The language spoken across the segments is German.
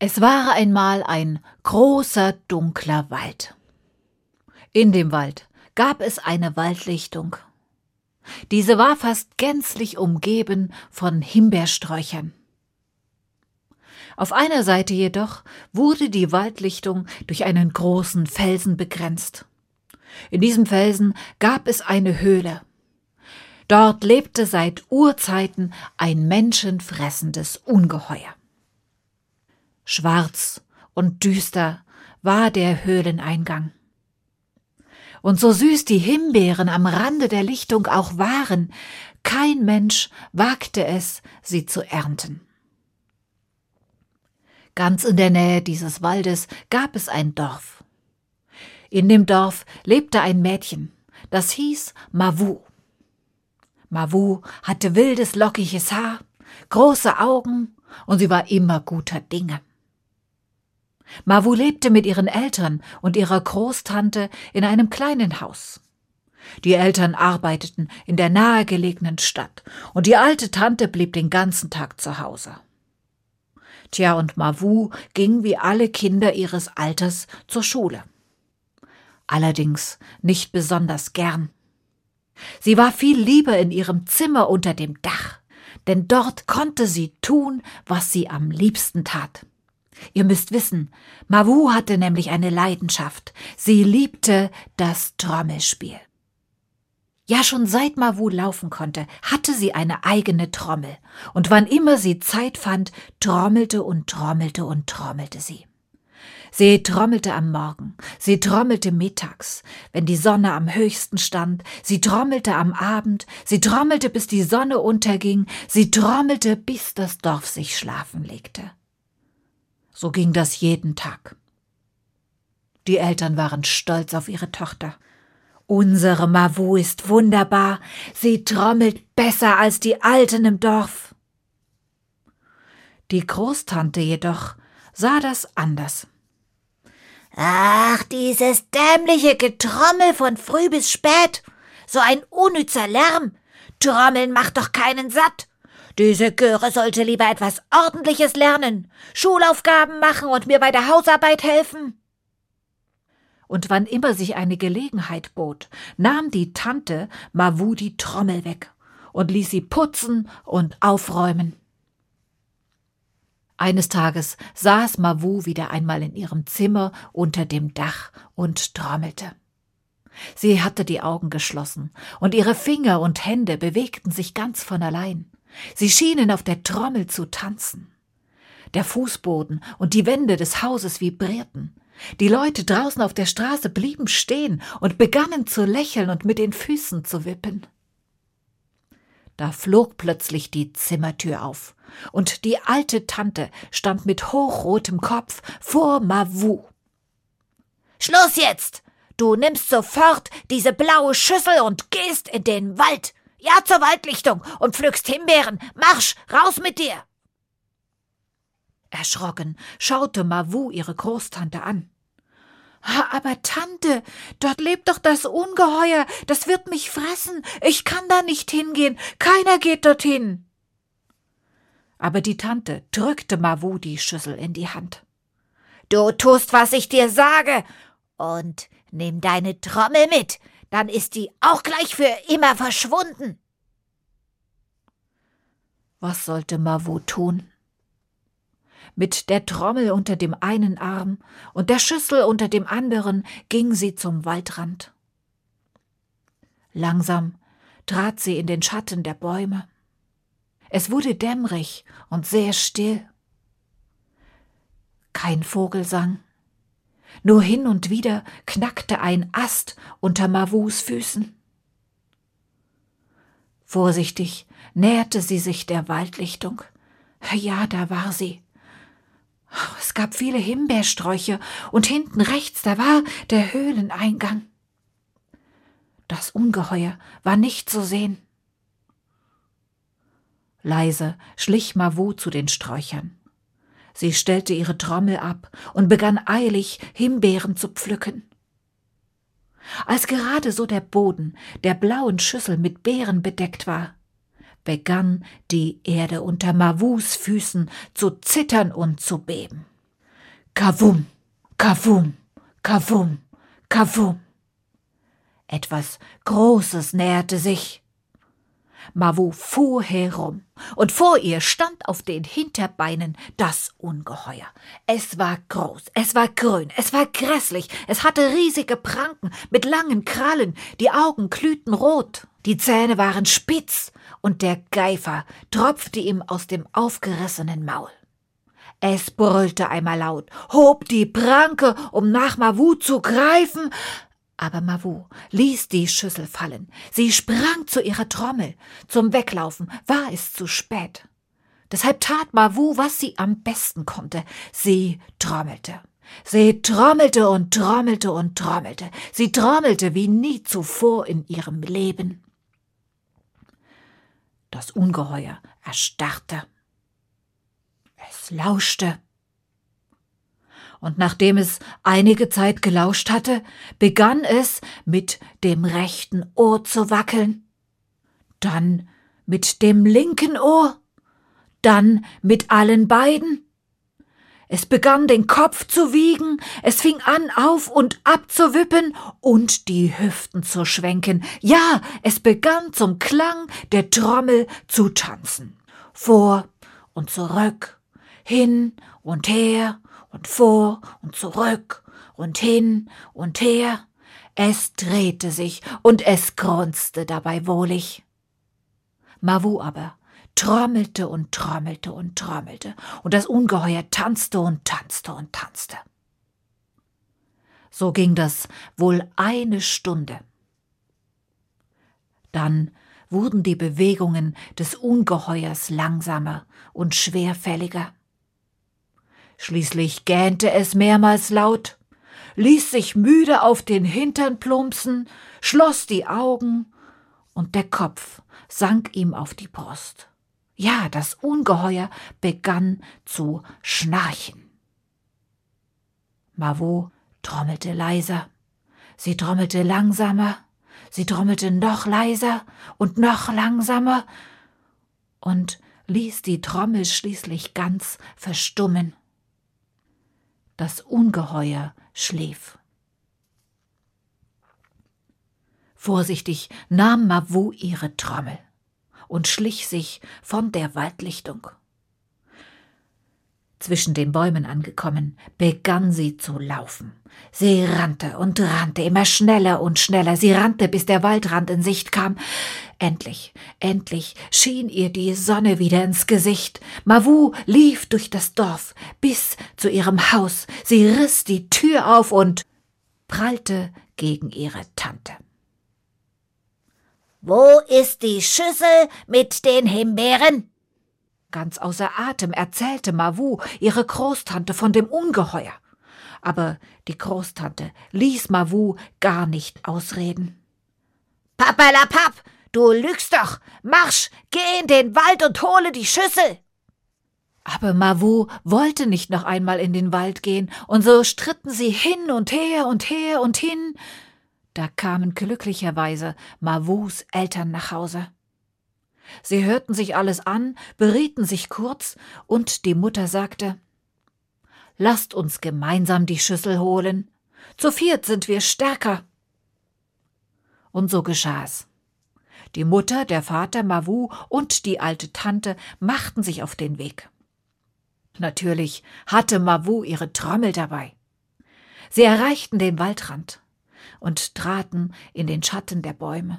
Es war einmal ein großer, dunkler Wald. In dem Wald gab es eine Waldlichtung. Diese war fast gänzlich umgeben von Himbeersträuchern. Auf einer Seite jedoch wurde die Waldlichtung durch einen großen Felsen begrenzt. In diesem Felsen gab es eine Höhle. Dort lebte seit Urzeiten ein menschenfressendes Ungeheuer. Schwarz und düster war der Höhleneingang. Und so süß die Himbeeren am Rande der Lichtung auch waren, kein Mensch wagte es, sie zu ernten. Ganz in der Nähe dieses Waldes gab es ein Dorf. In dem Dorf lebte ein Mädchen, das hieß Mavu. Mavu hatte wildes, lockiges Haar, große Augen und sie war immer guter Dinge. Mavu lebte mit ihren Eltern und ihrer Großtante in einem kleinen Haus. Die Eltern arbeiteten in der nahegelegenen Stadt und die alte Tante blieb den ganzen Tag zu Hause. Tja, und Mavu ging wie alle Kinder ihres Alters zur Schule. Allerdings nicht besonders gern. Sie war viel lieber in ihrem Zimmer unter dem Dach, denn dort konnte sie tun, was sie am liebsten tat. Ihr müsst wissen, Mavu hatte nämlich eine Leidenschaft. Sie liebte das Trommelspiel. Ja, schon seit Mavu laufen konnte, hatte sie eine eigene Trommel. Und wann immer sie Zeit fand, trommelte und trommelte und trommelte sie. Sie trommelte am Morgen, sie trommelte mittags, wenn die Sonne am höchsten stand, sie trommelte am Abend, sie trommelte, bis die Sonne unterging, sie trommelte, bis das Dorf sich schlafen legte. So ging das jeden Tag. Die Eltern waren stolz auf ihre Tochter. Unsere Mavu ist wunderbar, sie trommelt besser als die Alten im Dorf. Die Großtante jedoch sah das anders. Ach, dieses dämliche Getrommel von früh bis spät, so ein unnützer Lärm. Trommeln macht doch keinen satt. Diese Göre sollte lieber etwas Ordentliches lernen, Schulaufgaben machen und mir bei der Hausarbeit helfen. Und wann immer sich eine Gelegenheit bot, nahm die Tante Mavu die Trommel weg und ließ sie putzen und aufräumen. Eines Tages saß Mavu wieder einmal in ihrem Zimmer unter dem Dach und trommelte. Sie hatte die Augen geschlossen und ihre Finger und Hände bewegten sich ganz von allein. Sie schienen auf der Trommel zu tanzen. Der Fußboden und die Wände des Hauses vibrierten. Die Leute draußen auf der Straße blieben stehen und begannen zu lächeln und mit den Füßen zu wippen. Da flog plötzlich die Zimmertür auf und die alte Tante stand mit hochrotem Kopf vor Mavu. »Schluss jetzt! Du nimmst sofort diese blaue Schüssel und gehst in den Wald. Ja, zur Waldlichtung und pflückst Himbeeren. Marsch, raus mit dir!« Erschrocken schaute Mavu ihre Großtante an. »Aber Tante, dort lebt doch das Ungeheuer, das wird mich fressen. Ich kann da nicht hingehen, keiner geht dorthin.« Aber die Tante drückte Mavu die Schüssel in die Hand. »Du tust, was ich dir sage, und nimm deine Trommel mit, dann ist die auch gleich für immer verschwunden.« Was sollte Mavu tun? Mit der Trommel unter dem einen Arm und der Schüssel unter dem anderen ging sie zum Waldrand. Langsam trat sie in den Schatten der Bäume. Es wurde dämmerig und sehr still. Kein Vogel sang. Nur hin und wieder knackte ein Ast unter Mavus Füßen. Vorsichtig näherte sie sich der Waldlichtung. Ja, da war sie. Es gab viele Himbeersträucher und hinten rechts, da war der Höhleneingang. Das Ungeheuer war nicht zu sehen. Leise schlich Mavu zu den Sträuchern. Sie stellte ihre Trommel ab und begann eilig, Himbeeren zu pflücken. Als gerade so der Boden der blauen Schüssel mit Beeren bedeckt war, begann die Erde unter Mavus Füßen zu zittern und zu beben. Kavum, kavum, kavum, kavum. Etwas Großes näherte sich. Mavu fuhr herum, und vor ihr stand auf den Hinterbeinen das Ungeheuer. Es war groß, es war grün, es war grässlich, es hatte riesige Pranken mit langen Krallen, die Augen glühten rot, die Zähne waren spitz, und der Geifer tropfte ihm aus dem aufgerissenen Maul. Es brüllte einmal laut, hob die Pranke, um nach Mavu zu greifen, aber Mavu ließ die Schüssel fallen. Sie sprang zu ihrer Trommel. Zum Weglaufen war es zu spät. Deshalb tat Mavu, was sie am besten konnte. Sie trommelte. Sie trommelte und trommelte und trommelte. Sie trommelte wie nie zuvor in ihrem Leben. Das Ungeheuer erstarrte. Es lauschte. Und nachdem es einige Zeit gelauscht hatte, begann es mit dem rechten Ohr zu wackeln, dann mit dem linken Ohr, dann mit allen beiden. Es begann den Kopf zu wiegen, es fing an auf und ab zu wippen und die Hüften zu schwenken. Ja, es begann zum Klang der Trommel zu tanzen. Vor und zurück, hin und her, und vor und zurück und hin und her. Es drehte sich und es grunzte dabei wohlig. Mavu aber trommelte und trommelte und trommelte, und das Ungeheuer tanzte und tanzte und tanzte. So ging das wohl eine Stunde. Dann wurden die Bewegungen des Ungeheuers langsamer und schwerfälliger. Schließlich gähnte es mehrmals laut, ließ sich müde auf den Hintern plumpsen, schloss die Augen, und der Kopf sank ihm auf die Brust. Ja, das Ungeheuer begann zu schnarchen. Mavu trommelte leiser, sie trommelte langsamer, sie trommelte noch leiser und noch langsamer und ließ die Trommel schließlich ganz verstummen. Das Ungeheuer schlief. Vorsichtig nahm Mavu ihre Trommel und schlich sich von der Waldlichtung. Zwischen den Bäumen angekommen, begann sie zu laufen. Sie rannte und rannte, immer schneller und schneller. Sie rannte, bis der Waldrand in Sicht kam. Endlich schien ihr die Sonne wieder ins Gesicht. Mavu lief durch das Dorf bis zu ihrem Haus. Sie riss die Tür auf und prallte gegen ihre Tante. »Wo ist die Schüssel mit den Himbeeren?« Ganz außer Atem erzählte Mavu ihre Großtante von dem Ungeheuer. Aber die Großtante ließ Mavu gar nicht ausreden. »Papperlapapp, du lügst doch! Marsch, geh in den Wald und hole die Schüssel!« Aber Mavu wollte nicht noch einmal in den Wald gehen, und so stritten sie hin und her und her und hin. Da kamen glücklicherweise Mavus Eltern nach Hause. Sie hörten sich alles an, berieten sich kurz, und die Mutter sagte: »Lasst uns gemeinsam die Schüssel holen. Zu viert sind wir stärker.« Und so geschah's. Die Mutter, der Vater, Mavu und die alte Tante machten sich auf den Weg. Natürlich hatte Mavu ihre Trommel dabei. Sie erreichten den Waldrand und traten in den Schatten der Bäume.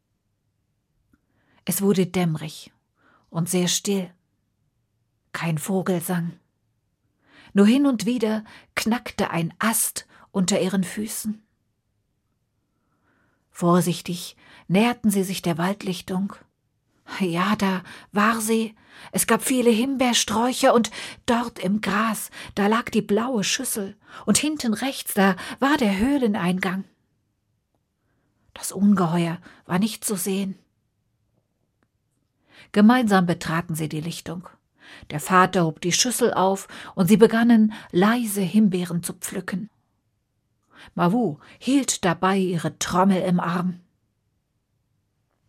Es wurde dämmerig und sehr still. Kein Vogel sang. Nur hin und wieder knackte ein Ast unter ihren Füßen. Vorsichtig näherten sie sich der Waldlichtung. Ja, da war sie. Es gab viele Himbeersträucher, und dort im Gras, da lag die blaue Schüssel, und hinten rechts, da war der Höhleneingang. Das Ungeheuer war nicht zu sehen. Gemeinsam betraten sie die Lichtung. Der Vater hob die Schüssel auf, und sie begannen leise Himbeeren zu pflücken. Mavu hielt dabei ihre Trommel im Arm.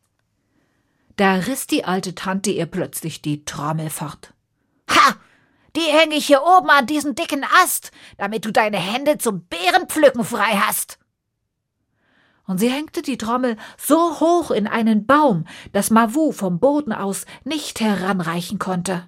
Da riss die alte Tante ihr plötzlich die Trommel fort. »Ha! Die hänge ich hier oben an diesen dicken Ast, damit du deine Hände zum Beerenpflücken frei hast. Und sie hängte die Trommel so hoch in einen Baum, dass Mavu vom Boden aus nicht heranreichen konnte.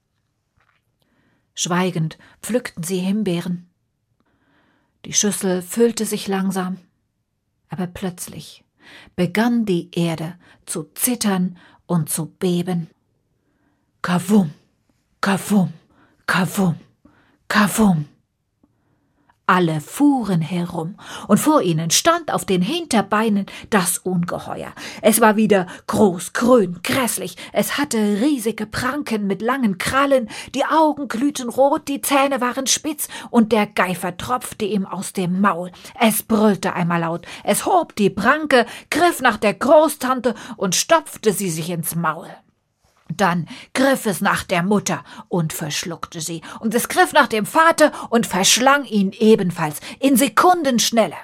Schweigend pflückten sie Himbeeren. Die Schüssel füllte sich langsam, aber plötzlich begann die Erde zu zittern und zu beben. Kavum, kavum, kavum, kavum. Alle fuhren herum, und vor ihnen stand auf den Hinterbeinen das Ungeheuer. Es war wieder groß, grün, grässlich. Es hatte riesige Pranken mit langen Krallen, die Augen glühten rot, die Zähne waren spitz, und der Geifer tropfte ihm aus dem Maul. Es brüllte einmal laut, es hob die Pranke, griff nach der Großtante und stopfte sie sich ins Maul. Dann griff es nach der Mutter und verschluckte sie, und es griff nach dem Vater und verschlang ihn ebenfalls in Sekundenschnelle.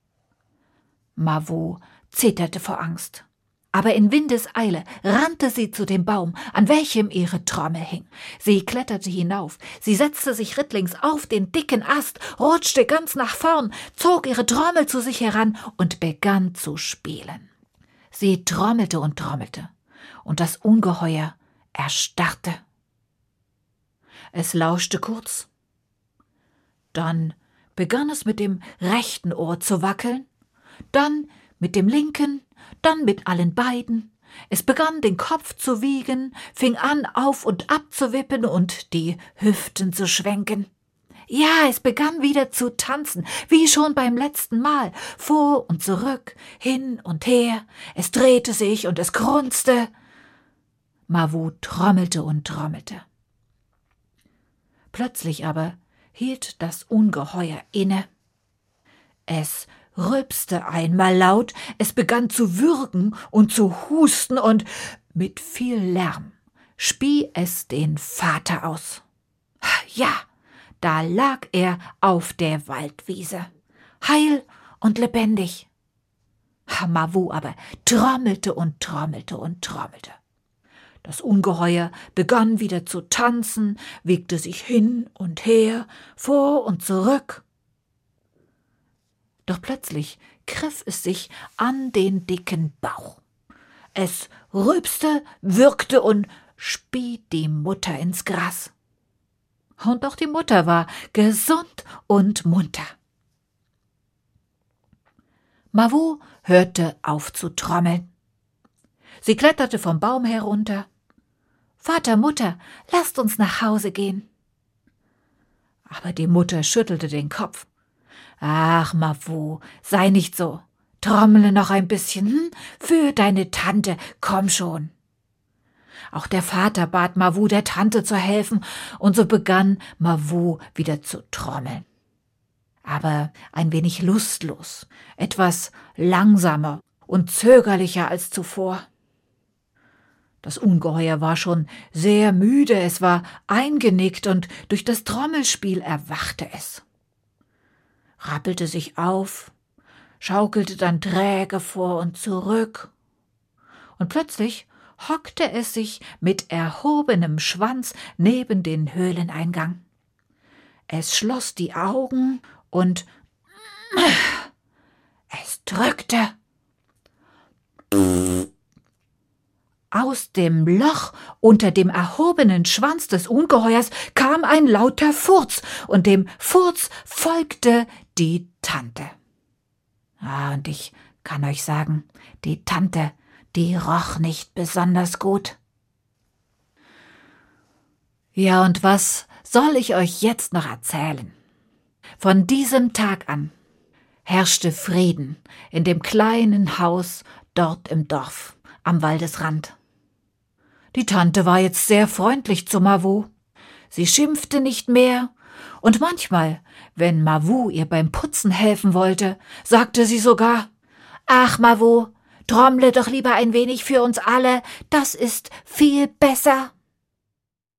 Mavu zitterte vor Angst, aber in Windeseile rannte sie zu dem Baum, an welchem ihre Trommel hing. Sie kletterte hinauf, sie setzte sich rittlings auf den dicken Ast, rutschte ganz nach vorn, zog ihre Trommel zu sich heran und begann zu spielen. Sie trommelte und trommelte, und das Ungeheuer erstarrte. Es lauschte kurz. Dann begann es mit dem rechten Ohr zu wackeln, dann mit dem linken, dann mit allen beiden. Es begann den Kopf zu wiegen, fing an auf und ab zu wippen und die Hüften zu schwenken. Ja, es begann wieder zu tanzen, wie schon beim letzten Mal, vor und zurück, hin und her. Es drehte sich und es grunzte. Mavu trommelte und trommelte. Plötzlich aber hielt das Ungeheuer inne. Es rülpste einmal laut, es begann zu würgen und zu husten, und mit viel Lärm spie es den Vater aus. Ja, da lag er auf der Waldwiese, heil und lebendig. Mavu aber trommelte und trommelte und trommelte. Das Ungeheuer begann wieder zu tanzen, wiegte sich hin und her, vor und zurück. Doch plötzlich griff es sich an den dicken Bauch. Es rülpste, würgte und spie die Mutter ins Gras. Und auch die Mutter war gesund und munter. Mavu hörte auf zu trommeln. Sie kletterte vom Baum herunter. »Vater, Mutter, lasst uns nach Hause gehen.« Aber die Mutter schüttelte den Kopf. »Ach, Mavu, sei nicht so. Trommle noch ein bisschen, für deine Tante, komm schon.« Auch der Vater bat Mavu, der Tante zu helfen, und so begann Mavu wieder zu trommeln. Aber ein wenig lustlos, etwas langsamer und zögerlicher als zuvor. Das Ungeheuer war schon sehr müde, es war eingenickt, und durch das Trommelspiel erwachte es. Rappelte sich auf, schaukelte dann träge vor und zurück, und plötzlich hockte es sich mit erhobenem Schwanz neben den Höhleneingang. Es schloss die Augen und es drückte. Aus dem Loch unter dem erhobenen Schwanz des Ungeheuers kam ein lauter Furz, und dem Furz folgte die Tante. Und ich kann euch sagen, die Tante, die roch nicht besonders gut. Ja, und was soll ich euch jetzt noch erzählen? Von diesem Tag an herrschte Frieden in dem kleinen Haus dort im Dorf am Waldesrand. Die Tante war jetzt sehr freundlich zu Mavu. Sie schimpfte nicht mehr, und manchmal, wenn Mavu ihr beim Putzen helfen wollte, sagte sie sogar: »Ach, Mavu, trommle doch lieber ein wenig für uns alle, das ist viel besser.«